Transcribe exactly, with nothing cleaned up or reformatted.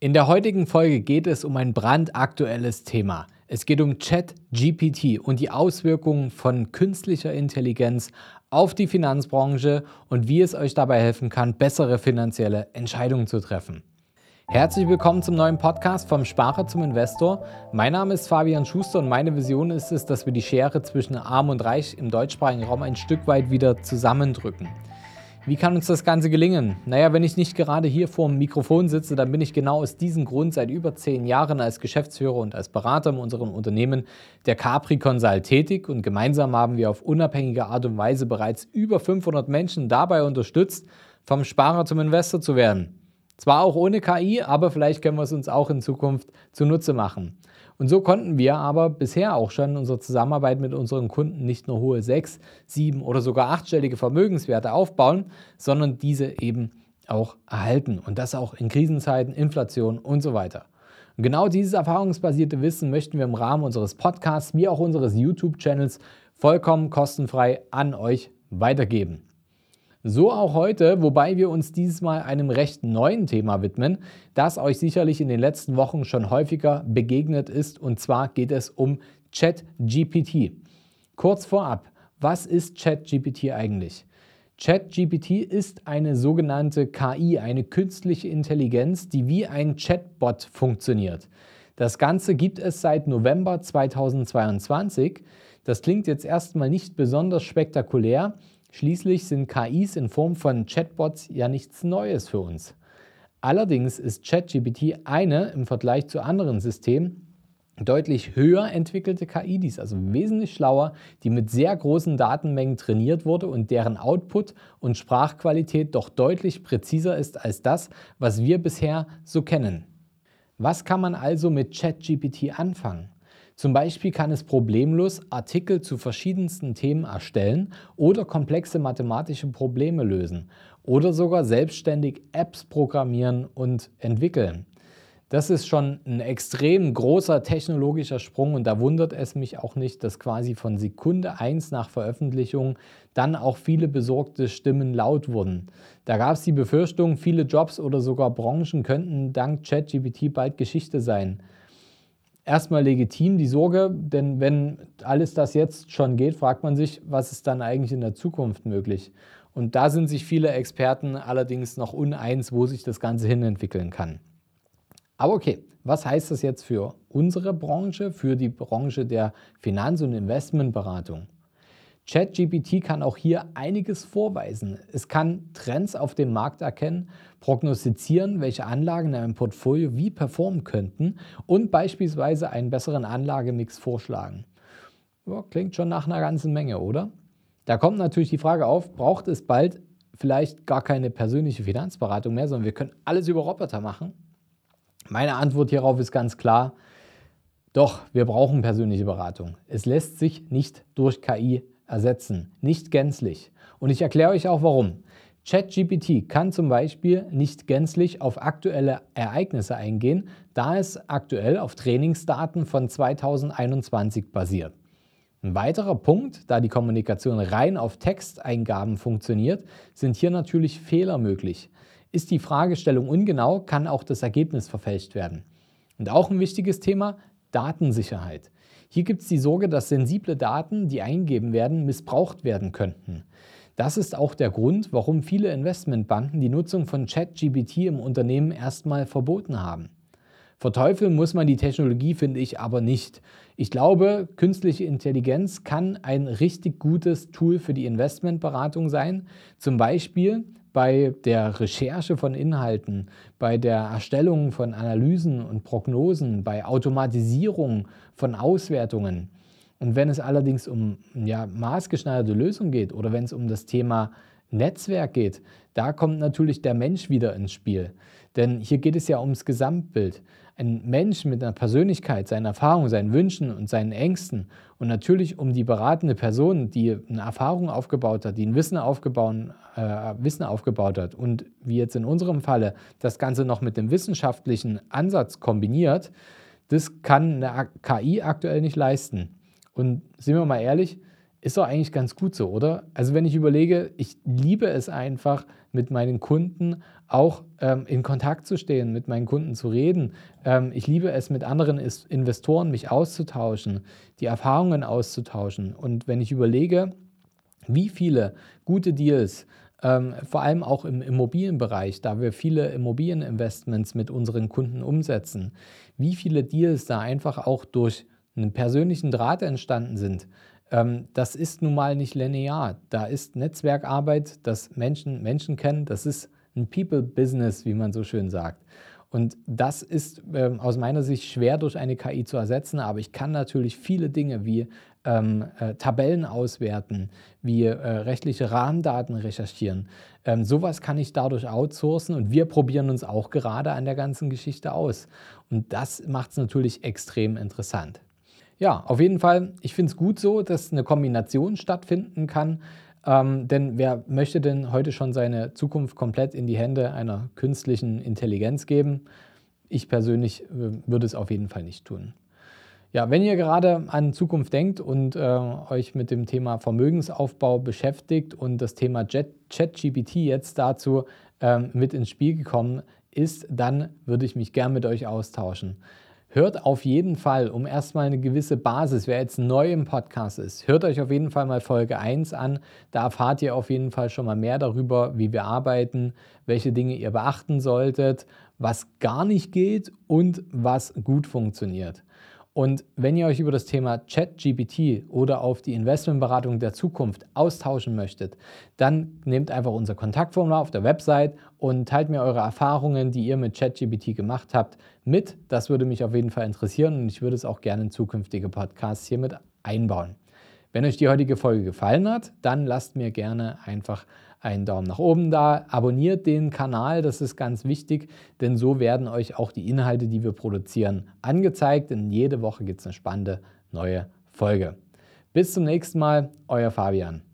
In der heutigen Folge geht es um ein brandaktuelles Thema. Es geht um ChatGPT und die Auswirkungen von künstlicher Intelligenz auf die Finanzbranche und wie es euch dabei helfen kann, bessere finanzielle Entscheidungen zu treffen. Herzlich willkommen zum neuen Podcast vom Sparer zum Investor. Mein Name ist Fabian Schuster und meine Vision ist es, dass wir die Schere zwischen Arm und Reich im deutschsprachigen Raum ein Stück weit wieder zusammendrücken. Wie kann uns das Ganze gelingen? Naja, wenn ich nicht gerade hier vor dem Mikrofon sitze, dann bin ich genau aus diesem Grund seit über zehn Jahren als Geschäftsführer und als Berater in unserem Unternehmen der Capri Consult tätig und gemeinsam haben wir auf unabhängige Art und Weise bereits über fünfhundert Menschen dabei unterstützt, vom Sparer zum Investor zu werden. Zwar auch ohne K I, aber vielleicht können wir es uns auch in Zukunft zunutze machen. Und so konnten wir aber bisher auch schon in unserer Zusammenarbeit mit unseren Kunden nicht nur hohe sechs, sieben oder sogar achtstellige Vermögenswerte aufbauen, sondern diese eben auch erhalten. Und das auch in Krisenzeiten, Inflation und so weiter. Und genau dieses erfahrungsbasierte Wissen möchten wir im Rahmen unseres Podcasts wie auch unseres YouTube-Channels vollkommen kostenfrei an euch weitergeben. So auch heute, wobei wir uns dieses Mal einem recht neuen Thema widmen, das euch sicherlich in den letzten Wochen schon häufiger begegnet ist, und zwar geht es um ChatGPT. Kurz vorab, was ist ChatGPT eigentlich? ChatGPT ist eine sogenannte K I, eine künstliche Intelligenz, die wie ein Chatbot funktioniert. Das Ganze gibt es seit November zweitausendzweiundzwanzig. Das klingt jetzt erstmal nicht besonders spektakulär. Schließlich sind K Is in Form von Chatbots ja nichts Neues für uns. Allerdings ist ChatGPT eine im Vergleich zu anderen Systemen deutlich höher entwickelte K I, die ist also wesentlich schlauer, die mit sehr großen Datenmengen trainiert wurde und deren Output und Sprachqualität doch deutlich präziser ist als das, was wir bisher so kennen. Was kann man also mit ChatGPT anfangen? Zum Beispiel kann es problemlos Artikel zu verschiedensten Themen erstellen oder komplexe mathematische Probleme lösen oder sogar selbstständig Apps programmieren und entwickeln. Das ist schon ein extrem großer technologischer Sprung und da wundert es mich auch nicht, dass quasi von Sekunde eins nach Veröffentlichung dann auch viele besorgte Stimmen laut wurden. Da gab es die Befürchtung, viele Jobs oder sogar Branchen könnten dank ChatGPT bald Geschichte sein. Erstmal legitim die Sorge, denn wenn alles das jetzt schon geht, fragt man sich, was ist dann eigentlich in der Zukunft möglich? Und da sind sich viele Experten allerdings noch uneins, wo sich das Ganze hinentwickeln kann. Aber okay, was heißt das jetzt für unsere Branche, für die Branche der Finanz- und Investmentberatung? ChatGPT kann auch hier einiges vorweisen. Es kann Trends auf dem Markt erkennen, prognostizieren, welche Anlagen in einem Portfolio wie performen könnten und beispielsweise einen besseren Anlagemix vorschlagen. Ja, klingt schon nach einer ganzen Menge, oder? Da kommt natürlich die Frage auf, braucht es bald vielleicht gar keine persönliche Finanzberatung mehr, sondern wir können alles über Roboter machen? Meine Antwort hierauf ist ganz klar, doch, wir brauchen persönliche Beratung. Es lässt sich nicht durch K I ersetzen, nicht gänzlich. Und ich erkläre euch auch warum. ChatGPT kann zum Beispiel nicht gänzlich auf aktuelle Ereignisse eingehen, da es aktuell auf Trainingsdaten von zweitausendeinundzwanzig basiert. Ein weiterer Punkt, da die Kommunikation rein auf Texteingaben funktioniert, sind hier natürlich Fehler möglich. Ist die Fragestellung ungenau, kann auch das Ergebnis verfälscht werden. Und auch ein wichtiges Thema, Datensicherheit. Hier gibt es die Sorge, dass sensible Daten, die eingegeben werden, missbraucht werden könnten. Das ist auch der Grund, warum viele Investmentbanken die Nutzung von ChatGPT im Unternehmen erstmal verboten haben. Verteufeln muss man die Technologie, finde ich, aber nicht. Ich glaube, künstliche Intelligenz kann ein richtig gutes Tool für die Investmentberatung sein, zum Beispiel bei der Recherche von Inhalten, bei der Erstellung von Analysen und Prognosen, bei Automatisierung von Auswertungen. Und wenn es allerdings um ja, maßgeschneiderte Lösungen geht oder wenn es um das Thema Netzwerk geht, da kommt natürlich der Mensch wieder ins Spiel. Denn hier geht es ja ums Gesamtbild. Ein Mensch mit einer Persönlichkeit, seinen Erfahrungen, seinen Wünschen und seinen Ängsten und natürlich um die beratende Person, die eine Erfahrung aufgebaut hat, die ein Wissen aufgebaut, äh, Wissen aufgebaut hat und wie jetzt in unserem Falle das Ganze noch mit dem wissenschaftlichen Ansatz kombiniert, das kann eine K I aktuell nicht leisten. Und sind wir mal ehrlich, ist doch eigentlich ganz gut so, oder? Also wenn ich überlege, ich liebe es einfach, mit meinen Kunden auch ähm, in Kontakt zu stehen, mit meinen Kunden zu reden. Ähm, ich liebe es, mit anderen Is- Investoren mich auszutauschen, die Erfahrungen auszutauschen. Und wenn ich überlege, wie viele gute Deals, ähm, vor allem auch im Immobilienbereich, da wir viele Immobilieninvestments mit unseren Kunden umsetzen, wie viele Deals da einfach auch durch einen persönlichen Draht entstanden sind. Ähm, das ist nun mal nicht linear. Da ist Netzwerkarbeit, das Menschen Menschen kennen, das ist ein People-Business, wie man so schön sagt. Und das ist ähm, aus meiner Sicht schwer durch eine K I zu ersetzen, aber ich kann natürlich viele Dinge wie ähm, äh, Tabellen auswerten, wie äh, rechtliche Rahmendaten recherchieren. Ähm, sowas kann ich dadurch outsourcen und wir probieren uns auch gerade an der ganzen Geschichte aus. Und das macht es natürlich extrem interessant. Ja, auf jeden Fall, ich finde es gut so, dass eine Kombination stattfinden kann, ähm, denn wer möchte denn heute schon seine Zukunft komplett in die Hände einer künstlichen Intelligenz geben? Ich persönlich äh, würde es auf jeden Fall nicht tun. Ja, wenn ihr gerade an Zukunft denkt und äh, euch mit dem Thema Vermögensaufbau beschäftigt und das Thema Jet- ChatGPT jetzt dazu ähm, mit ins Spiel gekommen ist, dann würde ich mich gern mit euch austauschen. Hört auf jeden Fall, um erstmal eine gewisse Basis, wer jetzt neu im Podcast ist, hört euch auf jeden Fall mal Folge eins an. Da erfahrt ihr auf jeden Fall schon mal mehr darüber, wie wir arbeiten, welche Dinge ihr beachten solltet, was gar nicht geht und was gut funktioniert. Und wenn ihr euch über das Thema ChatGPT oder auf die Investmentberatung der Zukunft austauschen möchtet, dann nehmt einfach unser Kontaktformular auf der Website und teilt mir eure Erfahrungen, die ihr mit ChatGPT gemacht habt, mit. Das würde mich auf jeden Fall interessieren und ich würde es auch gerne in zukünftige Podcasts hier mit einbauen. Wenn euch die heutige Folge gefallen hat, dann lasst mir gerne einfach einen Daumen nach oben da, abonniert den Kanal, das ist ganz wichtig, denn so werden euch auch die Inhalte, die wir produzieren, angezeigt, denn jede Woche gibt es eine spannende neue Folge. Bis zum nächsten Mal, euer Fabian.